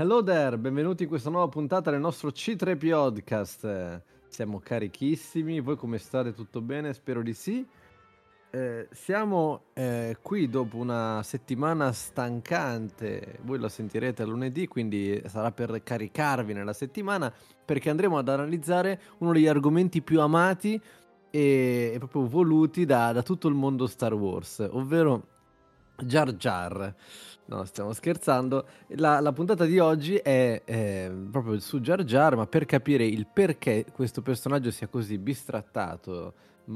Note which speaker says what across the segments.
Speaker 1: Hello there, benvenuti in questa nuova puntata del nostro C3 Podcast. Siamo carichissimi, voi come state? Tutto bene? Spero di sì. Siamo qui dopo una settimana stancante, voi lo sentirete lunedì, quindi sarà per caricarvi nella settimana, perché andremo ad analizzare uno degli argomenti più amati e proprio voluti da tutto il mondo Star Wars, ovvero Jar Jar. No, stiamo scherzando. La puntata di oggi è proprio su Jar Jar, ma per capire il perché questo personaggio sia così bistrattato,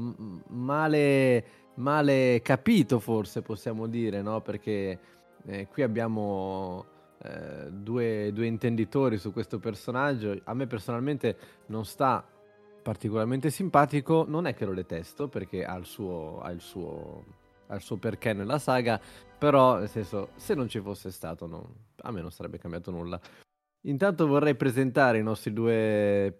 Speaker 1: male capito forse possiamo dire, no? Perché qui abbiamo due intenditori su questo personaggio. A me personalmente non sta particolarmente simpatico, non è che lo detesto perché ha il suo perché nella saga, però nel senso, se non ci fosse stato a me non sarebbe cambiato nulla. Intanto vorrei presentare i nostri due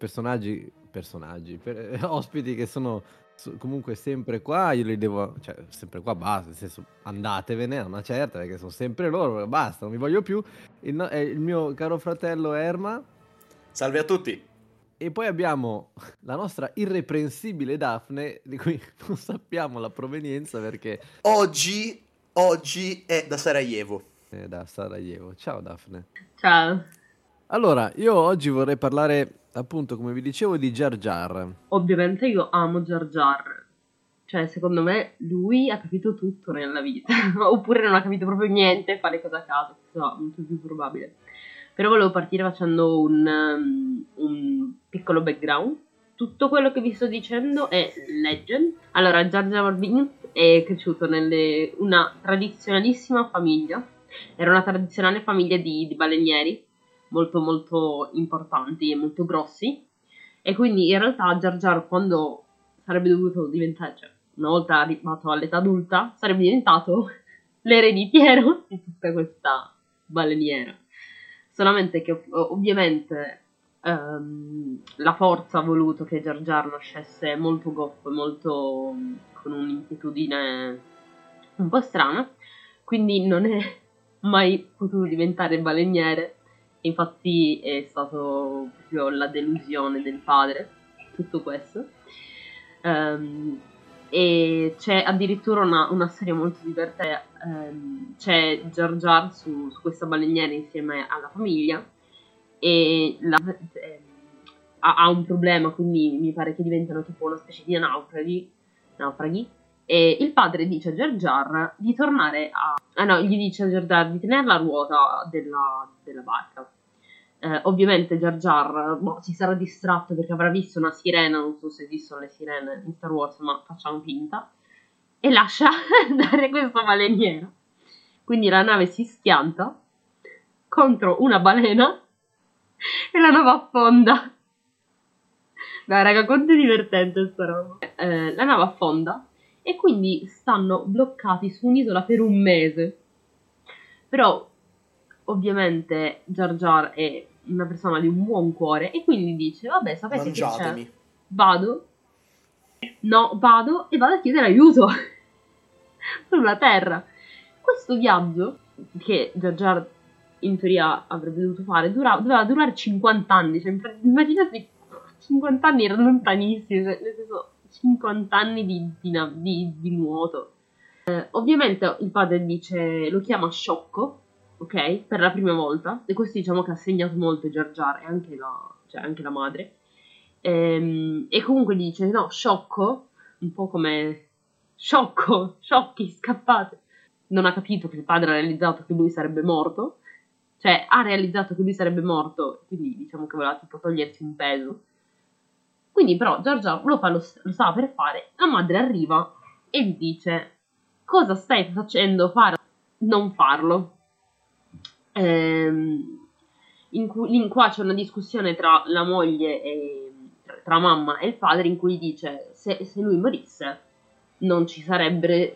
Speaker 1: ospiti che sono comunque sempre qua. Io li devo, cioè sempre qua basta, nel senso andatevene a una certa, perché sono sempre loro, basta, non vi voglio più. È il mio caro fratello Erma.
Speaker 2: Salve a tutti.
Speaker 1: E poi abbiamo la nostra irreprensibile Daphne, di cui non sappiamo la provenienza perché
Speaker 2: Oggi è da Sarajevo.
Speaker 1: è da Sarajevo. Ciao Daphne.
Speaker 3: Ciao.
Speaker 1: Allora, io oggi vorrei parlare, appunto, come vi dicevo, di Jar Jar.
Speaker 3: Ovviamente io amo Jar Jar. Cioè, secondo me, lui ha capito tutto nella vita. Oppure non ha capito proprio niente e fa le cose a caso. No, molto più probabile. Però volevo partire facendo un piccolo background. Tutto quello che vi sto dicendo è legend. Allora, Jar Jar Binks è cresciuto nelle una tradizionalissima famiglia. Era una tradizionale famiglia di balenieri, molto molto importanti e molto grossi, e quindi in realtà Jar Jar, quando sarebbe dovuto diventare, cioè una volta arrivato all'età adulta, sarebbe diventato l'ereditiero di tutta questa baleniera. Solamente che ovviamente la forza ha voluto che Jar Jar nascesse molto goffo, molto con un'inquietudine un po' strana, quindi non è mai potuto diventare baleniere. Infatti è stato proprio la delusione del padre, tutto questo. E c'è addirittura una storia molto divertente. C'è Jar Jar su questa baleniera insieme alla famiglia e ha un problema, quindi mi pare che diventano tipo una specie di naufraghi. E il padre dice a Jar Jar di tornare gli dice a Jar Jar di tenere la ruota della barca. Ovviamente Jar Jar si sarà distratto perché avrà visto una sirena, non so se esistono le sirene in Star Wars, ma facciamo finta, e lascia andare questa baleniera. Quindi la nave si schianta contro una balena e la nave affonda. Dai raga, quanto è divertente sta roba. La nave affonda e quindi stanno bloccati su un'isola per un mese. Però ovviamente Jar Jar è una persona di un buon cuore e quindi dice: vabbè, sapete
Speaker 2: Mangiatemi.
Speaker 3: che c'è? Vado e vado a chiedere aiuto sulla terra. Questo viaggio che Jar Jar in teoria avrebbe dovuto fare doveva durare 50 anni. Cioè, immaginate, 50 anni erano lontanissimi, cioè, nel senso 50 anni di nuoto. Ovviamente il padre lo chiama sciocco, ok? Per la prima volta, e questo diciamo che ha segnato molto Jar Jar e anche la madre. E comunque gli dice: no, sciocco, un po' come sciocchi, scappate. Non ha capito che il padre ha realizzato che lui sarebbe morto, cioè ha realizzato che lui sarebbe morto, quindi diciamo che voleva tipo togliersi un peso. Quindi però Jar Jar lo stava per fare, la madre arriva e gli dice: cosa stai facendo fare? Non farlo. Qua c'è una discussione tra la moglie e tra mamma e il padre, in cui dice: se lui morisse non ci sarebbe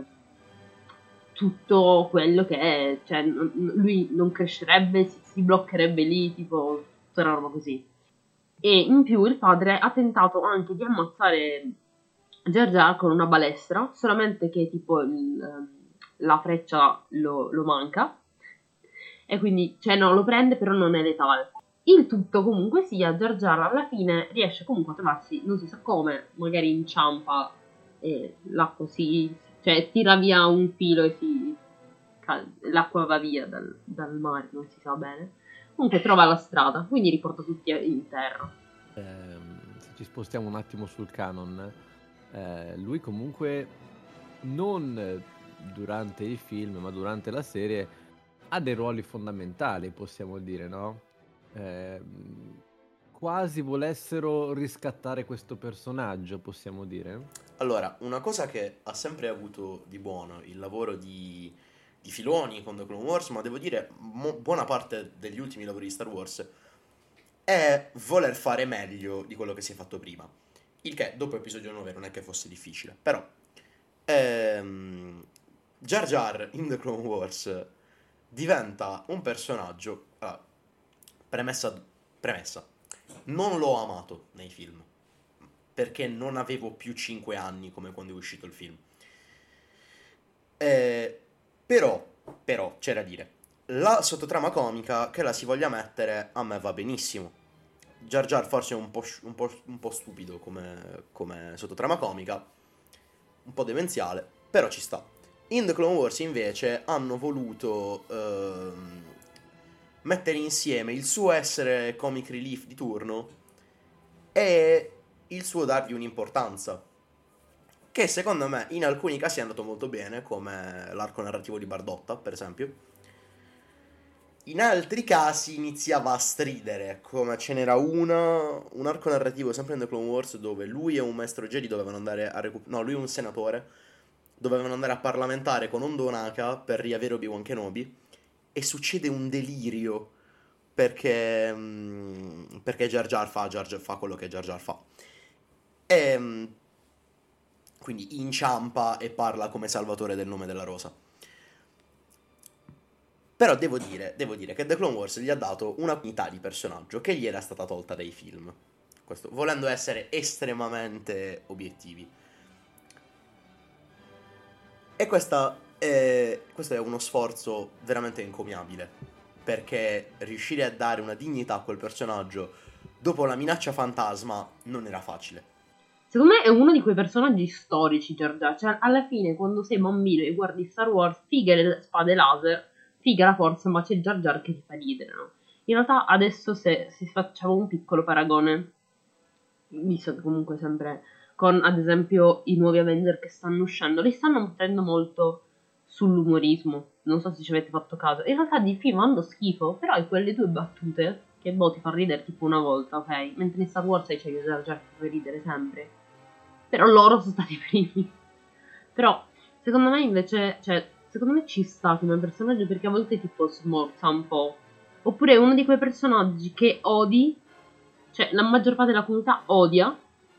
Speaker 3: tutto quello che è, cioè lui non crescerebbe, si bloccherebbe lì, tipo tutta una roba così. E in più il padre ha tentato anche di ammazzare Jar Jar con una balestra, solamente che tipo la freccia lo manca. e quindi, cioè no, lo prende però non è letale. Il tutto comunque sia, Jar Jar alla fine riesce comunque a trovarsi, non si sa come, magari inciampa e l'acqua cioè tira via un filo e l'acqua va via dal mare, non si sa bene. Comunque trova la strada, quindi riporta tutti in terra.
Speaker 1: Se ci spostiamo un attimo sul canon, lui comunque non durante i film, ma durante la serie ha dei ruoli fondamentali, possiamo dire, no? Quasi volessero riscattare questo personaggio, possiamo dire.
Speaker 2: Allora, una cosa che ha sempre avuto di buono il lavoro di Filoni con The Clone Wars, ma devo dire buona parte degli ultimi lavori di Star Wars, è voler fare meglio di quello che si è fatto prima. Il che, dopo episodio 9, non è che fosse difficile. Però, Jar Jar in The Clone Wars diventa un personaggio... premessa. Non l'ho amato nei film, perché non avevo più 5 anni come quando è uscito il film. Però, c'è da dire, la sottotrama comica che la si voglia mettere a me va benissimo. Jar Jar forse è un po' stupido come sottotrama comica, un po' demenziale, però ci sta. In The Clone Wars invece hanno voluto mettere insieme il suo essere comic relief di turno e il suo dargli un'importanza, che secondo me in alcuni casi è andato molto bene, come l'arco narrativo di Bardotta, per esempio. In altri casi iniziava a stridere, come ce n'era un arco narrativo sempre in The Clone Wars dove lui e un maestro Jedi dovevano andare a lui e un senatore dovevano andare a parlamentare con Hondo Ohnaka per riavere Obi-Wan Kenobi, e succede un delirio perché Jar Jar fa quello che Jar Jar fa. E quindi inciampa e parla come salvatore del nome della rosa. Però devo dire che The Clone Wars gli ha dato una unità di personaggio che gli era stata tolta dai film. Questo, volendo essere estremamente obiettivi. E questo è uno sforzo veramente encomiabile, perché riuscire a dare una dignità a quel personaggio dopo la minaccia fantasma non era facile.
Speaker 3: Secondo me è uno di quei personaggi storici, Jar Jar. Cioè, alla fine, quando sei bambino e guardi Star Wars, figa le spade laser, figa la forza, ma c'è Jar Jar che ti fa ridere, no? In realtà, adesso se si facciamo un piccolo paragone, visto che comunque sempre con, ad esempio, i nuovi Avenger che stanno uscendo, li stanno mettendo molto sull'umorismo. Non so se ci avete fatto caso. In realtà di film hanno schifo, però hai quelle due battute che ti fa ridere tipo una volta, ok? Mentre in Star Wars c'è Jar Jar che fa ridere sempre. Però loro sono stati i primi. Però, secondo me invece, cioè, secondo me ci sta come personaggio perché a volte tipo smorza un po'. Oppure è uno di quei personaggi che odi, cioè la maggior parte della comunità odia,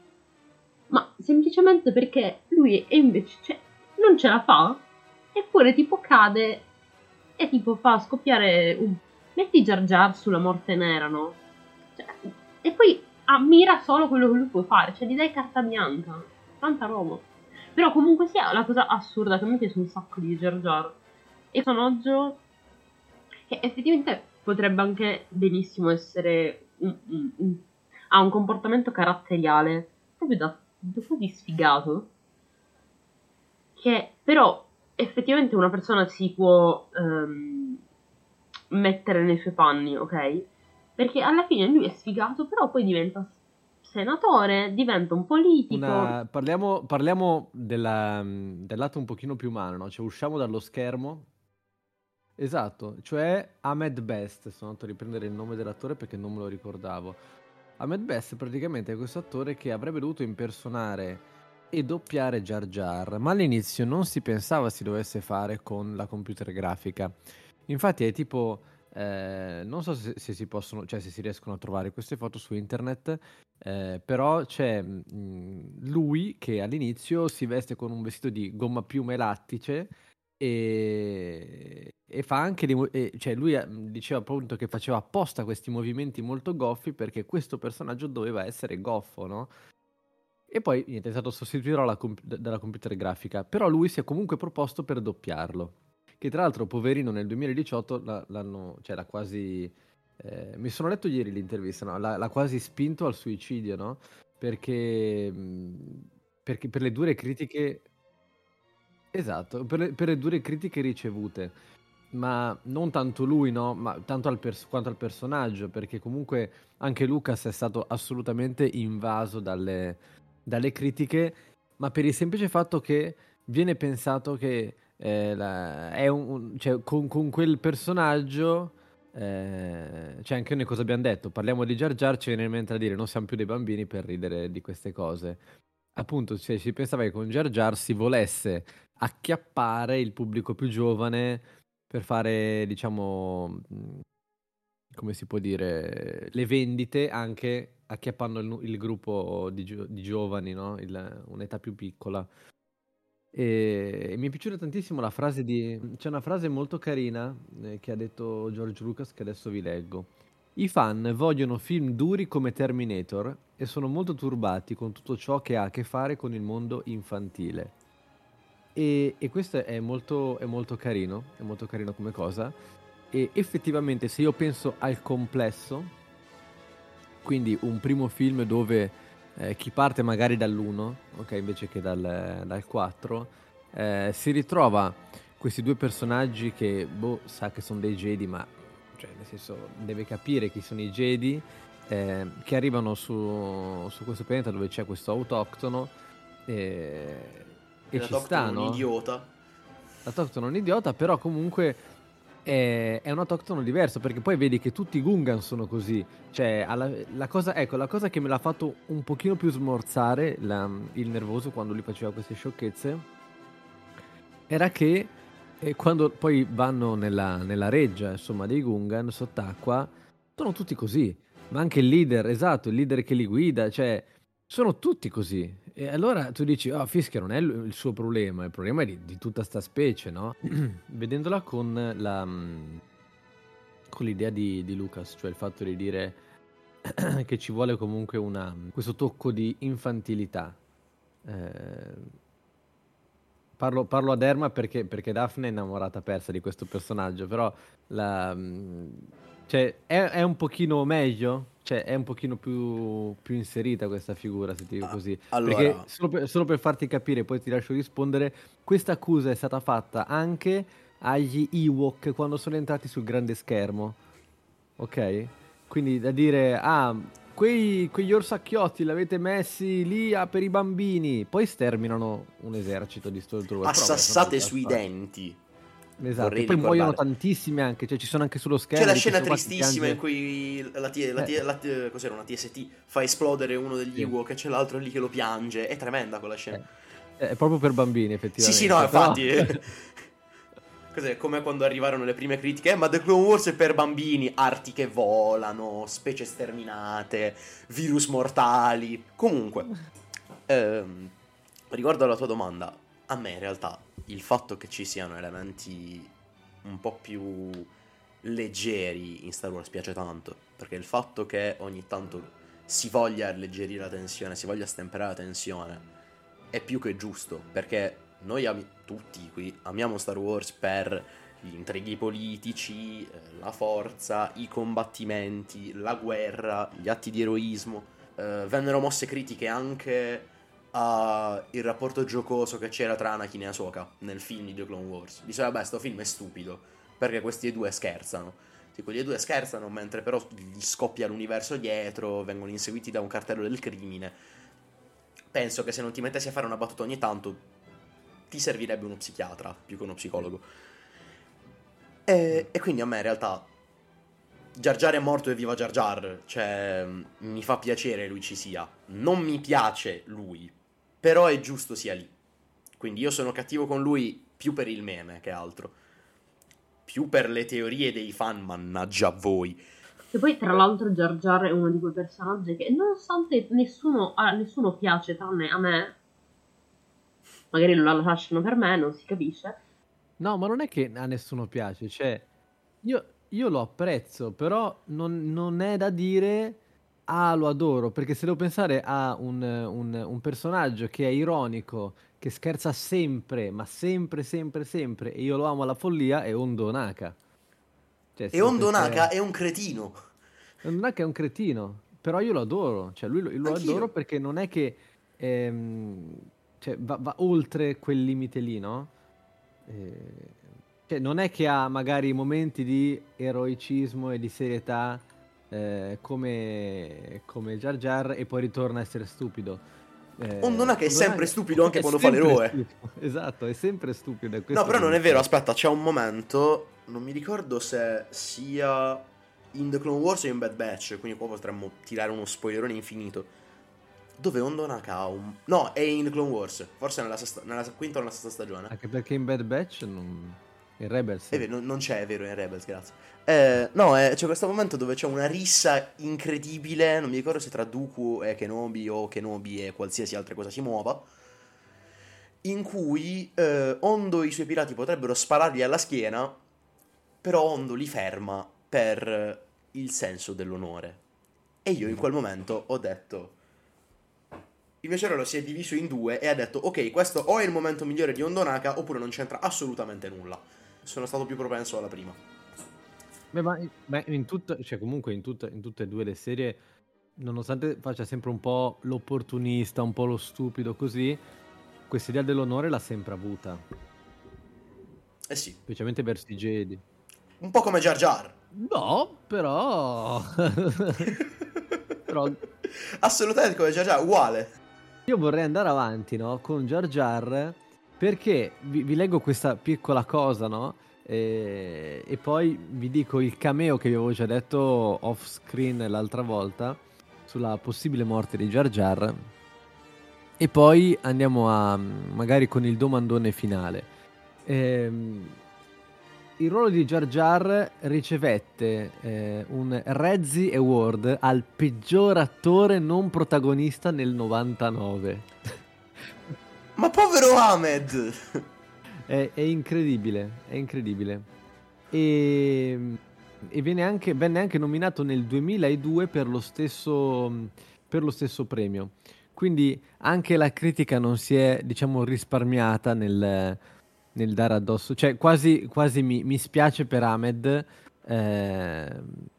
Speaker 3: ma semplicemente perché lui è invece, cioè, non ce la fa, eppure tipo cade e tipo fa scoppiare un... Metti Jar Jar sulla morte nera, no? Cioè, e poi ammira solo quello che lui può fare, cioè gli dai carta bianca, tanta roba. Però comunque sia la cosa assurda che a me piace un sacco di Jar Jar è un personaggio che effettivamente potrebbe anche benissimo essere ha un comportamento caratteriale proprio da così sfigato, che però effettivamente una persona si può mettere nei suoi panni, ok? Perché alla fine lui è sfigato, però poi diventa senatore, diventa un politico.
Speaker 1: Parliamo del lato un pochino più umano, no? Cioè usciamo dallo schermo. Esatto, cioè Ahmed Best, sono andato a riprendere il nome dell'attore perché non me lo ricordavo. Ahmed Best praticamente è questo attore che avrebbe dovuto impersonare e doppiare Jar Jar, ma all'inizio non si pensava si dovesse fare con la computer grafica. Infatti è tipo, non so se si possono, cioè se si riescono a trovare queste foto su internet, però c'è lui che all'inizio si veste con un vestito di gomma piume lattice e fa anche cioè lui diceva appunto che faceva apposta questi movimenti molto goffi perché questo personaggio doveva essere goffo, no? E poi niente, è stato sostituito dalla computer grafica, però lui si è comunque proposto per doppiarlo, che tra l'altro, poverino, nel 2018 l'ha quasi... mi sono letto ieri l'intervista, no? L'ha quasi spinto al suicidio, no? Perché per le dure critiche... Esatto, per le dure critiche ricevute, ma non tanto lui, no? Ma tanto quanto al personaggio, perché comunque anche Lucas è stato assolutamente invaso dalle critiche, ma per il semplice fatto che viene pensato che cioè, con quel personaggio, cioè anche noi cosa abbiamo detto? Parliamo di Jar Jar, ci viene in mente a dire non siamo più dei bambini per ridere di queste cose. Appunto, cioè, si pensava che con Jar Jar si volesse acchiappare il pubblico più giovane per fare, diciamo, come si può dire, le vendite anche acchiappando il gruppo di giovani, no? Un'età più piccola. E mi è piaciuta tantissimo la frase di... C'è una frase molto carina che ha detto George Lucas che adesso vi leggo. I fan vogliono film duri come Terminator e sono molto turbati con tutto ciò che ha a che fare con il mondo infantile. E questo è molto carino, è molto carino come cosa. E effettivamente se io penso al complesso, quindi un primo film dove chi parte magari dall'1, ok, invece che dal 4, si ritrova questi due personaggi che, sa che sono dei Jedi, ma, cioè, nel senso, deve capire chi sono i Jedi, che arrivano su questo pianeta dove c'è questo autoctono, e ci sta,
Speaker 2: un
Speaker 1: no?
Speaker 2: idiota.
Speaker 1: L'autoctono è un idiota, però comunque è un autoctono diverso, perché poi vedi che tutti i Gungan sono così. Cioè, la cosa che me l'ha fatto un pochino più smorzare il nervoso quando lui faceva queste sciocchezze era che quando poi vanno nella reggia, insomma, dei Gungan sott'acqua, sono tutti così. Ma anche il leader, esatto, il leader che li guida, cioè, sono tutti così. E allora tu dici, oh, Fischia non è il suo problema, il problema è di tutta sta specie, no? Vedendola con l'idea di Lucas, cioè il fatto di dire che ci vuole comunque questo tocco di infantilità. Parlo ad Erma perché Daphne è innamorata persa di questo personaggio, però cioè, è un pochino meglio, cioè è un pochino più inserita questa figura, se ti dico così. Perché
Speaker 2: Allora,
Speaker 1: solo per farti capire, poi ti lascio rispondere, questa accusa è stata fatta anche agli Ewok quando sono entrati sul grande schermo, ok? Quindi da dire, quegli orsacchiotti li avete messi lì per i bambini, poi sterminano un esercito di Stormtrooper. Però vabbè, sono
Speaker 2: assassate
Speaker 1: altre
Speaker 2: sui
Speaker 1: storie.
Speaker 2: denti.
Speaker 1: Esatto,
Speaker 2: Vorrei
Speaker 1: e poi muoiono
Speaker 2: ricordare.
Speaker 1: tantissimi anche, cioè ci sono anche sullo
Speaker 2: C'è
Speaker 1: schermo
Speaker 2: la
Speaker 1: di
Speaker 2: scena
Speaker 1: questo qua che
Speaker 2: tristissima in
Speaker 1: piange.
Speaker 2: cui cos'era, una TST fa esplodere uno degli
Speaker 1: Sì.
Speaker 2: Ewok e c'è l'altro lì che lo piange. È tremenda quella scena.
Speaker 1: È proprio per bambini,
Speaker 2: Sì, sì, no,
Speaker 1: effettivamente, però...
Speaker 2: infatti. Cos'è? Come quando arrivarono le prime critiche. Ma The Clone Wars è per bambini. Arti che volano, specie sterminate, virus mortali. Comunque, riguardo alla tua domanda, a me in realtà il fatto che ci siano elementi un po' più leggeri in Star Wars piace tanto. Perché il fatto che ogni tanto si voglia alleggerire la tensione, si voglia stemperare la tensione, è più che giusto. Perché noi tutti qui amiamo Star Wars per gli intrighi politici, la forza, i combattimenti, la guerra, gli atti di eroismo. Vennero mosse critiche anche al rapporto giocoso che c'era tra Anakin e Ahsoka nel film di The Clone Wars. Diceva, beh, sto film è stupido perché questi due scherzano. Sì, quelli due scherzano, mentre però gli scoppia l'universo dietro, vengono inseguiti da un cartello del crimine. Penso che se non ti mettessi a fare una battuta ogni tanto ti servirebbe uno psichiatra più che uno psicologo. E quindi a me in realtà Jar Jar è morto e viva Jar Jar. Cioè, mi fa piacere lui ci sia. Non mi piace lui, però è giusto sia lì. Quindi io sono cattivo con lui più per il meme che altro. Più per le teorie dei fan, mannaggia a voi.
Speaker 3: E poi, tra l'altro, Jar Jar è uno di quei personaggi che, nonostante a nessuno piace, tranne a me, magari lo lasciano per me, non si capisce.
Speaker 1: No, ma non è che a nessuno piace, cioè, io lo apprezzo, però non è da dire Lo adoro, perché se devo pensare a un personaggio che è ironico, che scherza sempre, ma sempre, sempre, sempre, e io lo amo alla follia, è Hondo Onaka. Cioè, se
Speaker 2: E
Speaker 1: devo
Speaker 2: Hondo
Speaker 1: pensare...
Speaker 2: Naka è un cretino.
Speaker 1: Hondo Onaka è un cretino, però io lo adoro. Cioè, lui lo adoro
Speaker 2: Anch'io.
Speaker 1: perché non è che... ehm, cioè, va oltre quel limite lì, no? Eh, cioè, non è che ha magari momenti di eroicismo e di serietà come Jar Jar e poi ritorna a essere stupido.
Speaker 2: Hondo Naka è
Speaker 1: Hondo
Speaker 2: sempre
Speaker 1: Naga
Speaker 2: stupido anche
Speaker 1: è
Speaker 2: quando fa
Speaker 1: sempre
Speaker 2: l'eroe.
Speaker 1: stupido, esatto, è sempre stupido, è
Speaker 2: No,
Speaker 1: questo
Speaker 2: però
Speaker 1: che
Speaker 2: non
Speaker 1: mi
Speaker 2: è vero,
Speaker 1: piace.
Speaker 2: aspetta, c'è un momento, non mi ricordo se sia in The Clone Wars o in Bad Batch, quindi qua potremmo tirare uno spoilerone infinito. Dove Hondo Naka ha un... No, è in The Clone Wars, forse nella quinta o nella sesta stagione.
Speaker 1: Anche perché in Bad Batch, in Rebels,
Speaker 2: È vero, non c'è, è vero, in Rebels, grazie. No, c'è questo momento dove c'è una rissa incredibile, non mi ricordo se tra Dooku e Kenobi o Kenobi e qualsiasi altra cosa si muova, in cui Hondo e i suoi pirati potrebbero sparargli alla schiena, però Hondo li ferma per il senso dell'onore. E io in quel momento ho detto... Il mio cervello si è diviso in due e ha detto: ok, questo o è il momento migliore di Hondo Naka oppure non c'entra assolutamente nulla. Sono stato più propenso alla prima.
Speaker 1: beh, ma in tutto, cioè comunque in tutte e due le serie, nonostante faccia sempre un po' l'opportunista, un po' lo stupido così, questa idea dell'onore l'ha sempre avuta,
Speaker 2: Eh sì,
Speaker 1: specialmente verso i Jedi.
Speaker 2: un po' come Jar Jar.
Speaker 1: No, però... però
Speaker 2: Assolutamente come Jar Jar, uguale.
Speaker 1: io vorrei andare avanti, no? Con Jar Jar, perché vi leggo questa piccola cosa, no? E poi vi dico il cameo che vi avevo già detto off screen l'altra volta sulla possibile morte di Jar Jar. E poi andiamo a magari con il domandone finale. Ehm, il ruolo di Jar Jar ricevette un Razzie Award al peggior attore non protagonista nel 99.
Speaker 2: Ma povero Ahmed!
Speaker 1: È incredibile, è incredibile. E, e venne anche nominato nel 2002 per lo stesso premio. Quindi anche la critica non si è, diciamo, risparmiata nel dare addosso. Cioè, quasi mi spiace per Ahmed, eh,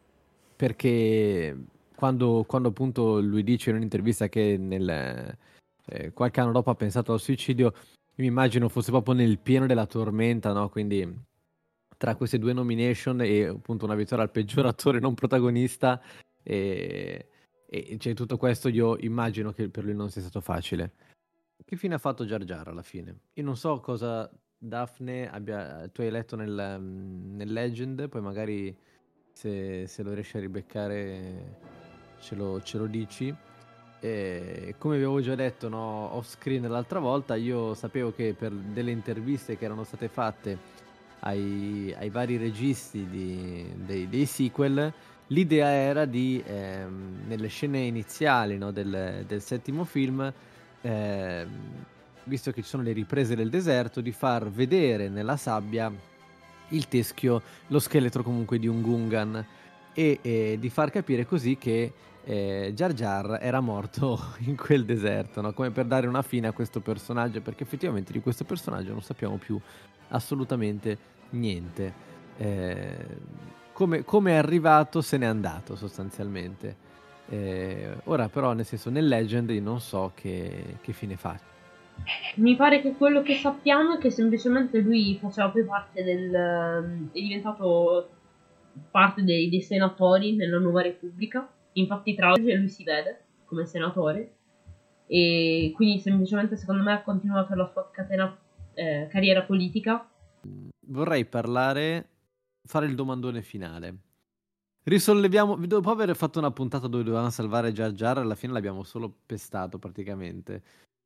Speaker 1: perché quando appunto lui dice in un'intervista che qualche anno dopo ha pensato al suicidio, io mi immagino fosse proprio nel pieno della tormenta, no? Quindi tra queste due nomination e appunto una vittoria al peggior attore non protagonista e, cioè, tutto questo io immagino che per lui non sia stato facile. Che fine ha fatto Jar Jar alla fine? Io non so cosa Daphne tu hai letto nel Legend, poi magari se lo riesci a ribeccare ce lo dici. E come vi avevo già detto, no, off screen l'altra volta, io sapevo che per delle interviste che erano state fatte ai vari registi dei sequel, l'idea era di, nelle scene iniziali, no, del settimo film, ehm, visto che ci sono le riprese del deserto, di far vedere nella sabbia il teschio, lo scheletro comunque di un Gungan e di far capire così che Jar Jar era morto in quel deserto, no? Come per dare una fine a questo personaggio, perché effettivamente di questo personaggio non sappiamo più assolutamente niente. Eh, come è arrivato se n'è andato sostanzialmente. Ora però, nel senso, nel Legend io non so che fine fa.
Speaker 3: Mi pare che quello che sappiamo è che semplicemente lui faceva poi parte è diventato parte dei senatori nella nuova repubblica. Infatti tra oggi lui si vede come senatore e quindi semplicemente secondo me ha continuato la sua carriera politica.
Speaker 1: Vorrei fare il domandone finale. Risolleviamo, dopo aver fatto una puntata dove dovevamo salvare Jar Jar, alla fine l'abbiamo solo pestato praticamente.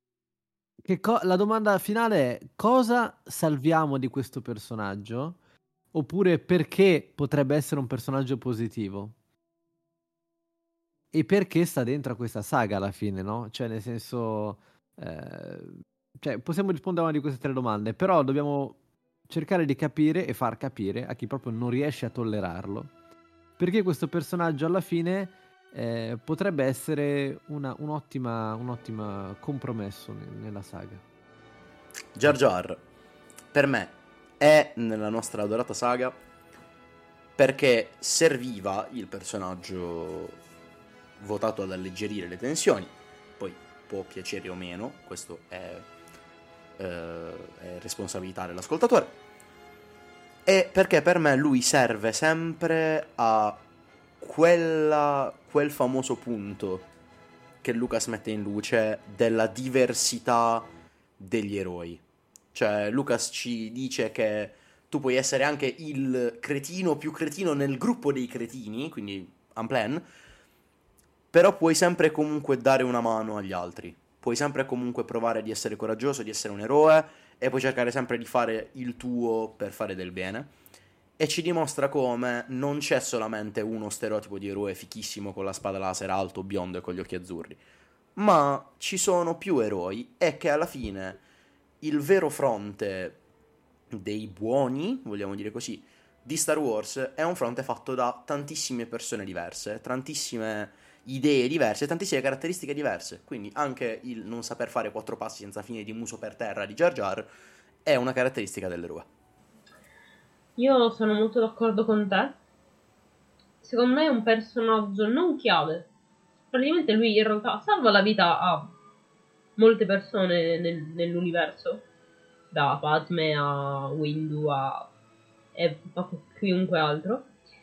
Speaker 1: La domanda finale è: cosa salviamo di questo personaggio? Oppure perché potrebbe essere un personaggio positivo? E perché sta dentro a questa saga alla fine, no? Cioè, nel senso, cioè, possiamo rispondere a una di queste tre domande, però dobbiamo cercare di capire e far capire a chi proprio non riesce a tollerarlo perché questo personaggio alla fine potrebbe essere un'ottima compromesso nella saga.
Speaker 2: Jar Jar, per me, è nella nostra adorata saga perché serviva il personaggio votato ad alleggerire le tensioni. Poi può piacere o meno, questo è responsabilità dell'ascoltatore. E perché per me lui serve sempre a quel famoso punto che Lucas mette in luce della diversità degli eroi. Cioè Lucas ci dice che tu puoi essere anche il cretino più cretino nel gruppo dei cretini, quindi un plan, però puoi sempre comunque dare una mano agli altri. Puoi sempre comunque provare di essere coraggioso, di essere un eroe, e puoi cercare sempre di fare il tuo per fare del bene. E ci dimostra come non c'è solamente uno stereotipo di eroe fichissimo con la spada laser alto, biondo e con gli occhi azzurri, ma ci sono più eroi e che alla fine il vero fronte dei buoni, vogliamo dire così, di Star Wars è un fronte fatto da tantissime persone diverse, tantissime idee diverse, tantissime caratteristiche diverse. Quindi anche il non saper fare 4 passi senza fine di muso per terra di Jar Jar è una caratteristica dell'eroe.
Speaker 3: Io sono molto d'accordo con te. Secondo me è un personaggio non chiave. Praticamente lui in realtà salva la vita a molte persone nell'universo, da Padme a Windu a chiunque altro.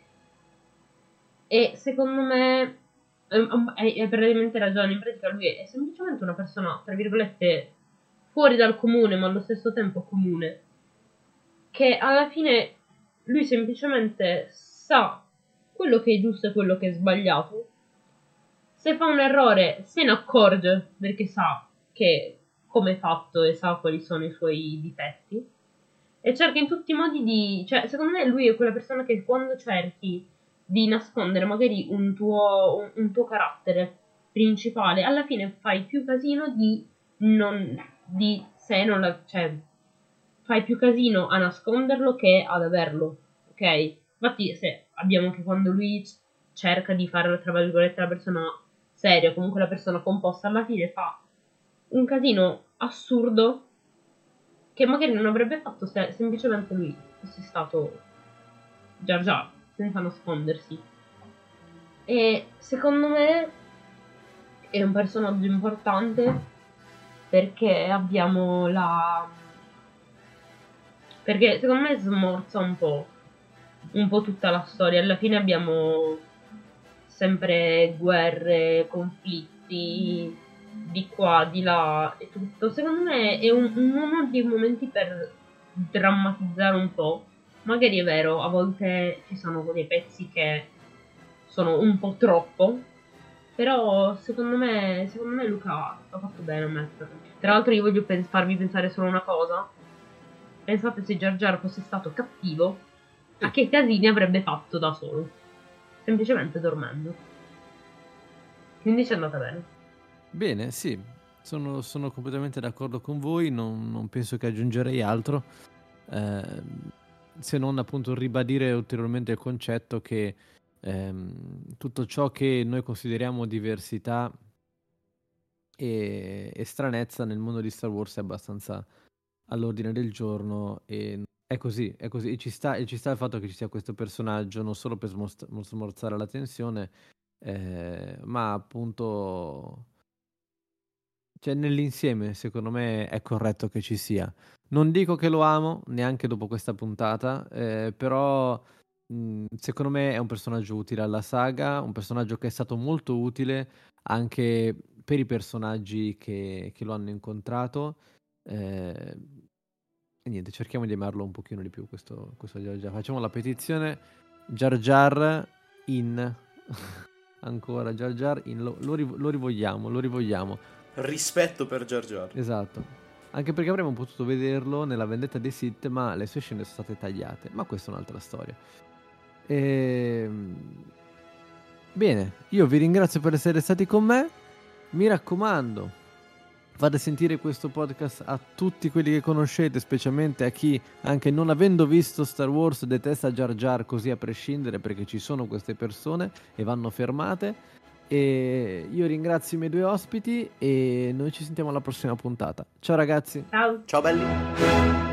Speaker 3: E secondo me hai praticamente ragione. In pratica lui è semplicemente una persona, tra virgolette, fuori dal comune, ma allo stesso tempo comune, che alla fine lui semplicemente sa quello che è giusto e quello che è sbagliato. Se fa un errore se ne accorge perché sa che come è fatto e sa quali sono i suoi difetti, e cerca in tutti i modi cioè secondo me lui è quella persona che quando cerchi di nascondere magari un tuo carattere principale, alla fine fai più casino cioè fai più casino a nasconderlo che ad averlo, ok? Infatti se abbiamo che quando lui cerca di fare tra virgolette la persona seria, comunque la persona composta, alla fine fa un casino assurdo che magari non avrebbe fatto se semplicemente lui fosse stato Jar Jar, senza nascondersi. E secondo me è un personaggio importante perché abbiamo perché secondo me smorza un po' tutta la storia. Alla fine abbiamo sempre guerre, conflitti di qua, di là e tutto. Secondo me è uno dei momenti per drammatizzare un po'. Magari è vero, a volte ci sono dei pezzi che sono un po' troppo, però secondo me Luca ha fatto bene a metterlo. Tra l'altro io voglio farvi pensare solo una cosa. Pensate se Jar Jar fosse stato cattivo, a che casini avrebbe fatto da solo, semplicemente dormendo. Quindi ci è andata bene.
Speaker 1: Bene, sì, sono completamente d'accordo con voi, non penso che aggiungerei altro, se non appunto ribadire ulteriormente il concetto che tutto ciò che noi consideriamo diversità e stranezza nel mondo di Star Wars è abbastanza all'ordine del giorno e è così, e ci sta il fatto che ci sia questo personaggio non solo per smorzare la tensione, ma appunto, cioè nell'insieme secondo me è corretto che ci sia. Non dico che lo amo neanche dopo questa puntata, però secondo me è un personaggio utile alla saga, un personaggio che è stato molto utile anche per i personaggi che lo hanno incontrato. E niente, cerchiamo di amarlo un pochino di più questo Jar Jar. Facciamo la petizione Jar Jar in ancora Jar Jar in lo rivogliamo.
Speaker 2: Rispetto per Jar Jar.
Speaker 1: Esatto. Anche perché avremmo potuto vederlo nella vendetta dei Sith, ma le sue scene sono state tagliate. Ma questa è un'altra storia. Bene, io vi ringrazio per essere stati con me. Mi raccomando, fate sentire questo podcast a tutti quelli che conoscete, specialmente a chi, anche non avendo visto Star Wars, detesta Jar Jar così a prescindere, perché ci sono queste persone e vanno fermate. E io ringrazio i miei due ospiti e noi ci sentiamo alla prossima puntata. Ciao ragazzi.
Speaker 3: Ciao.
Speaker 2: Ciao belli.